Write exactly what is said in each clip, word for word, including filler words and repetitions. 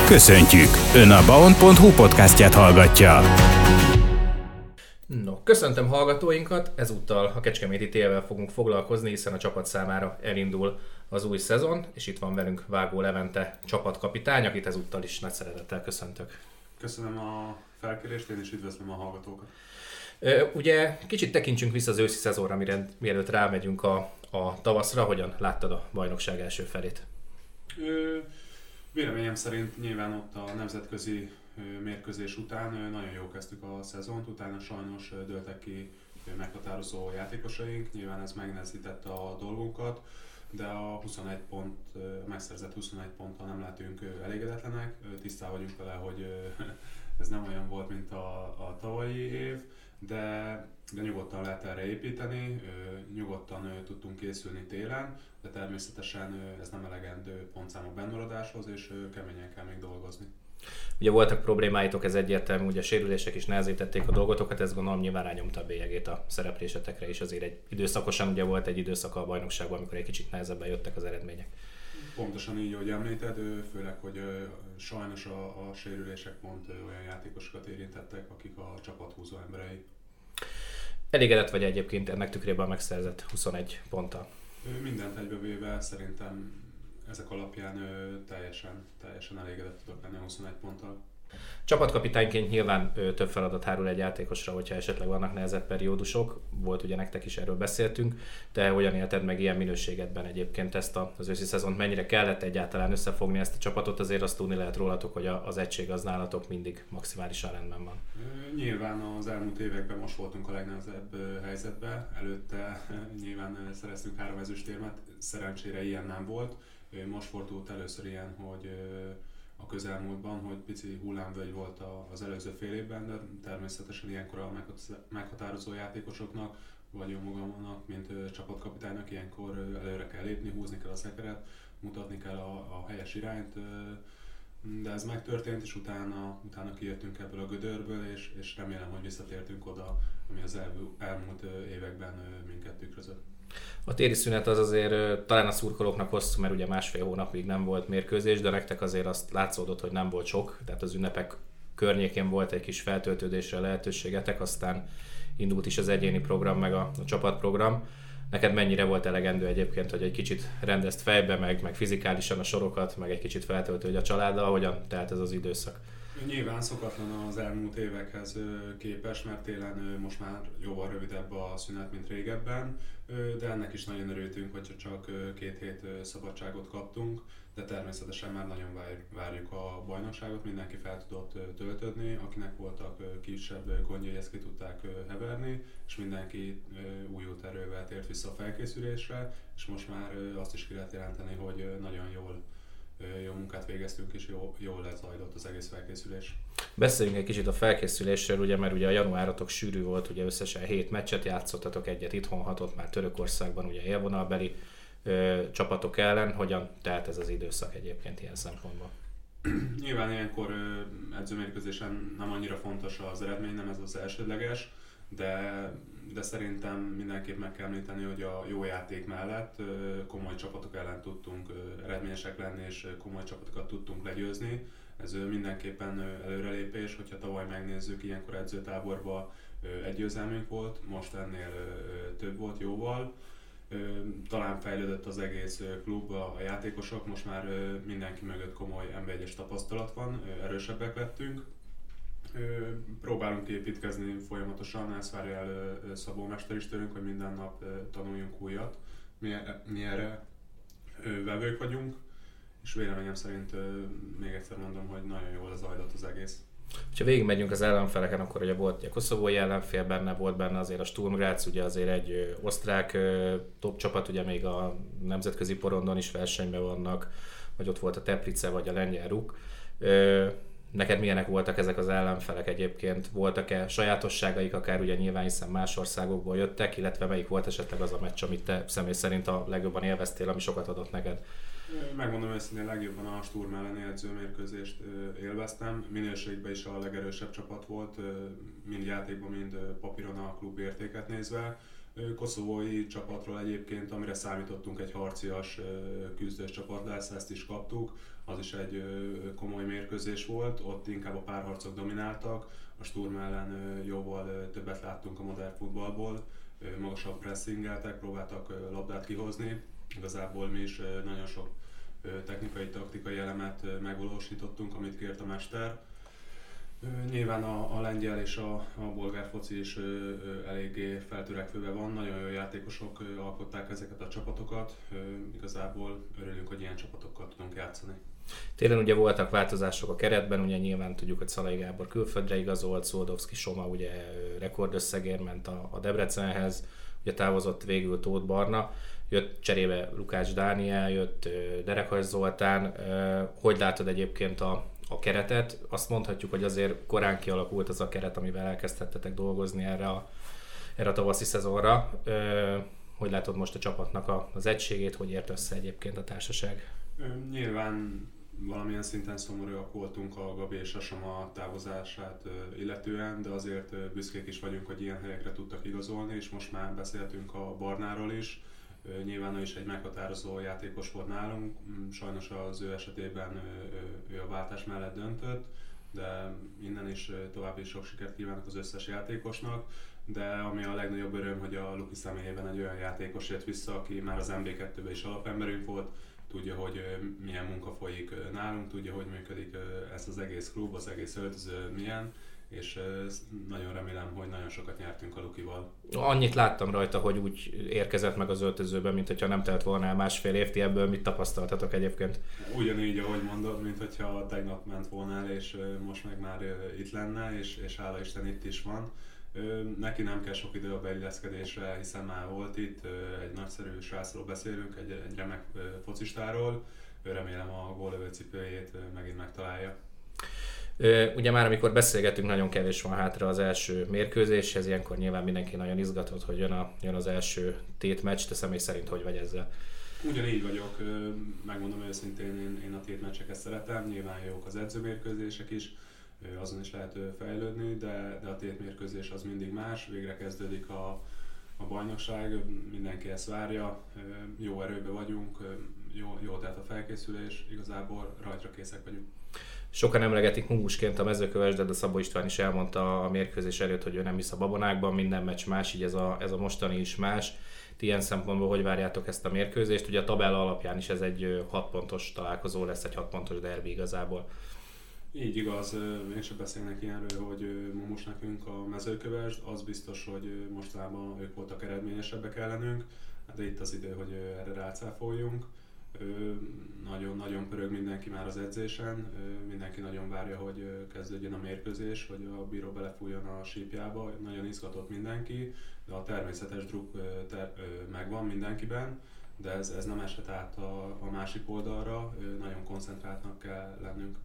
Köszöntjük! Ön a baon pont hu podcastját hallgatja. No, köszöntöm hallgatóinkat, ezúttal a Kecskeméti té-vel fogunk foglalkozni, hiszen a csapat számára elindul az új szezon, és itt van velünk Vágó Levente csapatkapitány, akit ezúttal is nagy szeretettel köszöntök. Köszönöm a felkérést, én is üdvözlöm a hallgatókat. Ugye kicsit tekintsünk vissza az őszi szezonra, mire, mielőtt rámegyünk a, a tavaszra. Hogyan láttad a bajnokság első felét? Ö, véleményem szerint nyilván ott a nemzetközi mérkőzés után nagyon jól kezdtük a szezont, utána sajnos dőltek ki meghatározó játékosaink, nyilván ez megnehezítette a dolgunkat, de a huszonegy pont, megszerzett huszonegy ponttal nem lehetünk elégedetlenek, tisztában vagyunk vele, hogy ez nem olyan volt, mint a, a tavalyi év, de, de nyugodtan lehet erre építeni, nyugodtan tudtunk készülni télen, de természetesen ez nem elegendő pontszám a bennmaradáshoz, és keményen kell még dolgozni. Ugye voltak problémáitok, ez egyértelmű, ugye a sérülések is nehezítették a dolgotokat, ez gondolom nyilván rányomta a bélyegét a szereplésetekre is, azért egy időszakosan ugye volt egy időszaka a bajnokságban, amikor egy kicsit nehezebben jöttek az eredmények. Pontosan így, ahogy említed, főleg, hogy sajnos a, a sérülések pont olyan játékosokat érintettek, akik a csapat húzó emberei. Elégedett vagy egyébként ennek tükrében megszerzett huszonegy ponttal? Mindent egybevéve szerintem ezek alapján ö, teljesen, teljesen elégedett tudok lenni a huszonegy ponttal. Csapatkapitányként nyilván ö, több feladat hárul egy játékosra, hogyha esetleg vannak nehezebb periódusok. Volt ugye nektek is, erről beszéltünk. Te hogyan élted meg ilyen minőségedben egyébként ezt a, az őszi szezont? Mennyire kellett egyáltalán összefogni ezt a csapatot? Azért azt tudni lehet rólatok, hogy a, az egység az nálatok mindig maximálisan rendben van. Nyilván az elmúlt években most voltunk a legnehezebb helyzetben. Előtte nyilván szereztünk három ezüstérmet, szerencsére ilyen nem volt. Most fordult először ilyen, hogy a közelmúltban, hogy pici hullámvölgy volt az előző fél évben, de természetesen ilyenkor a meghatározó játékosoknak, vagy jó magamnak, mint csapatkapitánynak ilyenkor előre kell lépni, húzni kell a szekeret, mutatni kell a, a helyes irányt, de ez megtörtént, és utána, utána kijöttünk ebből a gödörből, és, és remélem, hogy visszatértünk oda, ami az el, elmúlt években minket tükrözött. A téli szünet az azért talán a szurkolóknak hosszú, mert ugye másfél hónapig nem volt mérkőzés, de nektek azért azt látszódott, hogy nem volt sok, tehát az ünnepek környékén volt egy kis feltöltődésre lehetőségetek, aztán indult is az egyéni program, meg a, a csapatprogram. Neked mennyire volt elegendő egyébként, hogy egy kicsit rendezt fejbe, meg, meg fizikálisan a sorokat, meg egy kicsit feltöltődj a családdal, hogyan telt ez az időszak? Nyilván szokatlan az elmúlt évekhez képest, mert télen most már jóval rövidebb a szünet, mint régebben, de ennek is nagyon örültünk, hogy csak két hét szabadságot kaptunk, de természetesen már nagyon várjuk a bajnokságot, mindenki fel tudott töltődni, akinek voltak kisebb gondjai, ezt ki tudták heverni, és mindenki újult erővel tért vissza a felkészülésre, és most már azt is ki lehet jelenteni, hogy nagyon jól jó munkát végeztünk, és jó, jól lezajlott az egész felkészülés. Beszéljünk egy kicsit a felkészülésről, ugye, mert ugye a januáratok sűrű volt, ugye összesen hét meccset játszottatok, egyet itthon, hatot már Törökországban, ugye élvonalbeli ö, csapatok ellen. Hogyan telt ez az időszak egyébként ilyen szempontból? Nyilván ilyenkor edzőmérkőzésen nem annyira fontos az eredmény, nem ez az elsődleges, de, de szerintem mindenképp meg kell említeni, hogy a jó játék mellett komoly csapatok ellen tudtunk eredményesek lenni, és komoly csapatokat tudtunk legyőzni. Ez mindenképpen előrelépés, hogyha tavaly megnézzük, ilyenkor edzőtáborban egy győzelmünk volt, most ennél több volt jóval. Talán fejlődött az egész klub, a játékosok, most már mindenki mögött komoly en bé egyes tapasztalat van, erősebbek lettünk. Próbálunk építkezni folyamatosan, ezt várja el Szabó mester is tőlünk, hogy minden nap tanuljunk újat. Mi, mi erre vevők vagyunk, és véleményem szerint még egyszer mondom, hogy nagyon jól zajlott az egész. Ha végigmegyünk az ellenfeleken, akkor ugye volt a koszovói ellenfél benne, volt benne azért a Sturm Graz, ugye azért egy osztrák top csapat, ugye még a nemzetközi porondon is versenyben vannak, vagy ott volt a Teplice, vagy a lengyel Ruk. Neked milyenek voltak ezek az ellenfelek egyébként? Voltak-e sajátosságaik, akár ugye nyilván, hiszen más országokból jöttek, illetve melyik volt esetleg az a meccs, amit te személy szerint a legjobban élveztél, ami sokat adott neked? Megmondom őszintén, legjobban a Sturm elleni edzőmérkőzést élveztem. Minőségben is a legerősebb csapat volt, mind játékban, mind papíron a klub értéket nézve. Koszovói csapatról egyébként, amire számítottunk, egy harcias, küzdős csapat lesz, ezt is kaptuk. Az is egy komoly mérkőzés volt, ott inkább a párharcok domináltak. A Sturm ellen jóval többet láttunk a modern futballból, magasabb pressingeltek, próbáltak labdát kihozni. Igazából mi is nagyon sok technikai, taktikai elemet megvalósítottunk, amit kért a mester. Nyilván a, a lengyel és a, a bolgár foci is ö, ö, eléggé feltörekvőben van, nagyon jó játékosok ö, alkották ezeket a csapatokat, ö, igazából örülünk, hogy ilyen csapatokkal tudunk játszani. Télen ugye voltak változások a keretben, ugye nyilván tudjuk, hogy Szalai Gábor külföldre igazolt, Szoldovszki Soma ugye rekordösszegért ment a, a Debrecenhez, ugye távozott végül Tóth Barna, jött cserébe Lukács Dániel, jött Derekhajs Zoltán. Hogy látod egyébként a, a keretet? Azt mondhatjuk, hogy azért korán kialakult az a keret, amivel elkezdhettetek dolgozni erre a, erre a tavaszi szezonra. Hogy látod most a csapatnak az egységét, hogy ért össze egyébként a társaság? Nyilván valamilyen szinten szomorúak voltunk a Gabi és a Soma távozását illetően, de azért büszkék is vagyunk, hogy ilyen helyekre tudtak igazolni, és most már beszéltünk a Barnáról is. Nyilván ő is egy meghatározó játékos volt nálunk, sajnos az ő esetében ő a váltás mellett döntött, de innen is további sok sikert kívánok az összes játékosnak. De ami a legnagyobb öröm, hogy a Luki személyében egy olyan játékos jött vissza, aki már az em bé kettőben is alapemberünk volt, tudja, hogy milyen munka folyik nálunk, tudja, hogy működik ez az egész klub, az egész öltöző milyen, és nagyon remélem, hogy nagyon sokat nyertünk a Lukival. Annyit láttam rajta, hogy úgy érkezett meg az öltözőben, mint hogyha nem telt volna el másfél év, ti ebből mit tapasztaltatok egyébként? Ugyanígy, ahogy mondod, mint hogyha tegnap ment volna el, és most meg már itt lenne, és, és hála Isten itt is van. Neki nem kell sok idő a beilleszkedésre, hiszen már volt itt, egy nagyszerű srácról beszélünk, egy, egy remek focistáról. Remélem a góllövő cipőjét megint megtalálja. Ugye már amikor beszélgetünk, nagyon kevés van hátra az első mérkőzéshez, ilyenkor nyilván mindenki nagyon izgatott, hogy jön, a, jön az első tétmeccs, te személy szerint hogy vagy ezzel? Ugyanígy vagyok, megmondom őszintén, én, én a tétmeccseket szeretem, nyilván jók az edzőmérkőzések is, azon is lehet fejlődni, de, de a tétmérkőzés az mindig más, végre kezdődik a, a bajnokság, mindenki ezt várja, jó erőben vagyunk, jó, jó tehát a felkészülés, igazából rajtra készek vagyunk. Sokan emlegetik hungusként a Mezőkövesdet, de Szabó István is elmondta a mérkőzés előtt, hogy ő nem hisz a babonákban, minden meccs más, így ez a, ez a mostani is más. Ti ilyen szempontból hogy várjátok ezt a mérkőzést? Ugye a tabella alapján is ez egy hat pontos találkozó lesz, egy hat pontos derbi igazából. Így igaz, én sem beszélnek ilyenről, hogy mumus nekünk a Mezőkövesd, az biztos, hogy mostanában ők voltak eredményesebbek ellenünk, de itt az idő, hogy erre rácáfoljunk. Nagyon-nagyon pörög mindenki már az edzésen, mindenki nagyon várja, hogy kezdődjön a mérkőzés, hogy a bíró belefújjon a sípjába, nagyon izgatott mindenki, de a természetes druk ter- megvan mindenkiben, de ez, ez nem eshet át a, a másik oldalra, nagyon koncentráltnak kell lennünk.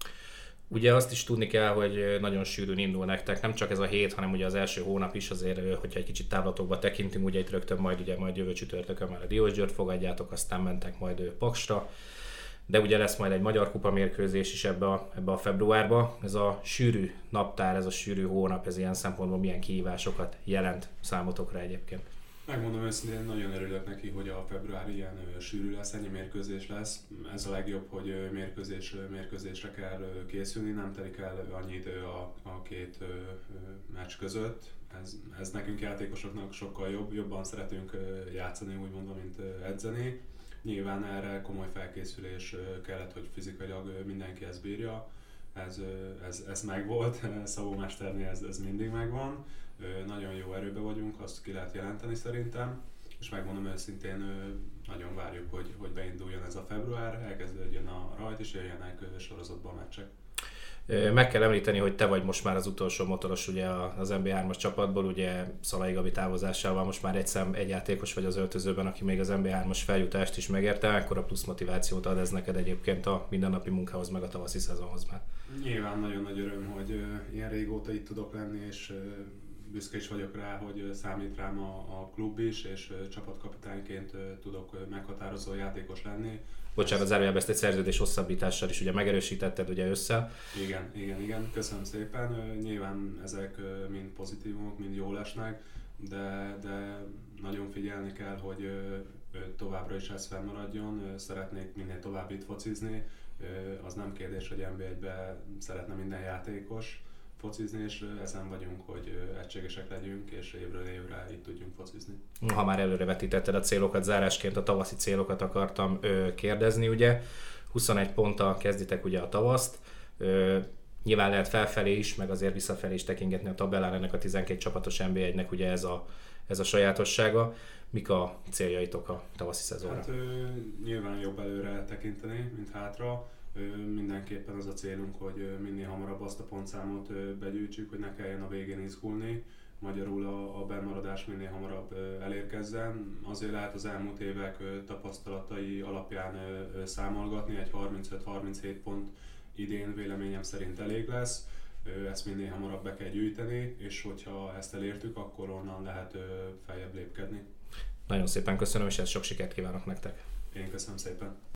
Ugye azt is tudni kell, hogy nagyon sűrűn indul nektek, nem csak ez a hét, hanem ugye az első hónap is azért, hogyha egy kicsit távlatokba tekintünk, ugye itt rögtön majd, ugye majd jövő csütörtökön már a Diósgyőrt fogadjátok, aztán mentek majd Paksra, de ugye lesz majd egy Magyar Kupa mérkőzés is ebbe a, ebbe a februárba. Ez a sűrű naptár, ez a sűrű hónap, ez ilyen szempontból milyen kihívásokat jelent számotokra egyébként? Megmondom őszintén, nagyon örülök neki, hogy a február ilyen ö, sűrű lesz, ennyi mérkőzés lesz. Ez a legjobb, hogy ö, mérkőzés, ö, mérkőzésre kell ö, készülni, nem telik el annyi idő a, a két ö, ö, meccs között. Ez, ez nekünk játékosoknak sokkal jobb, jobban szeretünk ö, játszani, úgy mondom, mint ö, edzeni. Nyilván erre komoly felkészülés ö, kellett, hogy fizikailag ö, mindenki ezt bírja. Ez, ö, ez, ez megvolt, Szabó mesternél ez, ez mindig megvan. Nagyon jó erőben vagyunk, azt ki lehet jelenteni szerintem, és megmondom őszintén, nagyon várjuk, hogy, hogy beinduljon ez a február, elkezdődjön a rajt, és jöjjenek sorozatban a meccsek. Meg kell említeni, hogy te vagy most már az utolsó motoros ugye az en bé hármas csapatból, ugye Szalai Gabi távozásával most már egy szem, egy játékos vagy az öltözőben, aki még az en bé hármas feljutást is megérte, ekkora plusz motivációt ad ez neked egyébként a mindennapi munkához, meg a tavaszi szezonhoz már? Nyilván nagyon nagy öröm, hogy ilyen régóta itt tudok lenni, és büszke is vagyok rá, hogy számít rám a, a klub is, és csapatkapitányként tudok meghatározó játékos lenni. Bocsánat, zárójelben ezt egy szerződés hosszabbítással is ugye megerősítetted ugye össze. Igen, igen, igen, köszönöm szépen. Nyilván ezek mind pozitívumok, mind jól esnek, de, de nagyon figyelni kell, hogy továbbra is ez fennmaradjon. Szeretnék minél tovább itt focizni. Az nem kérdés, hogy en bé egyben szeretne minden játékos focizni, és ezen vagyunk, hogy egységesek legyünk, és évről évre itt tudjunk focizni. Ha már előre vetítetted a célokat, zárásként a tavaszi célokat akartam ö, kérdezni, ugye. huszonegy ponttal kezditek ugye a tavaszt. Ö, nyilván lehet felfelé is, meg azért visszafelé is tekingetni a tabellán, ennek a tizenkét csapatos en bé egynek ugye ez a, ez a sajátossága. Mik a céljaitok a tavaszi szezonra? Hát ö, nyilván jobb előre tekinteni, mint hátra. Ö, mindenképpen az a célunk, hogy minél hamarabb azt a pontszámot ö, begyűjtsük, hogy ne kelljen a végén izgulni. Magyarul a, a bennmaradás minél hamarabb ö, elérkezzen. Azért lehet az elmúlt évek ö, tapasztalatai alapján ö, ö, számolgatni, egy harmincöt-harminchét pont idén véleményem szerint elég lesz. Ö, ezt minél hamarabb be kell gyűjteni, és hogyha ezt elértük, akkor onnan lehet ö, feljebb lépkedni. Nagyon szépen köszönöm, és ezt sok sikert kívánok nektek! Én köszönöm szépen!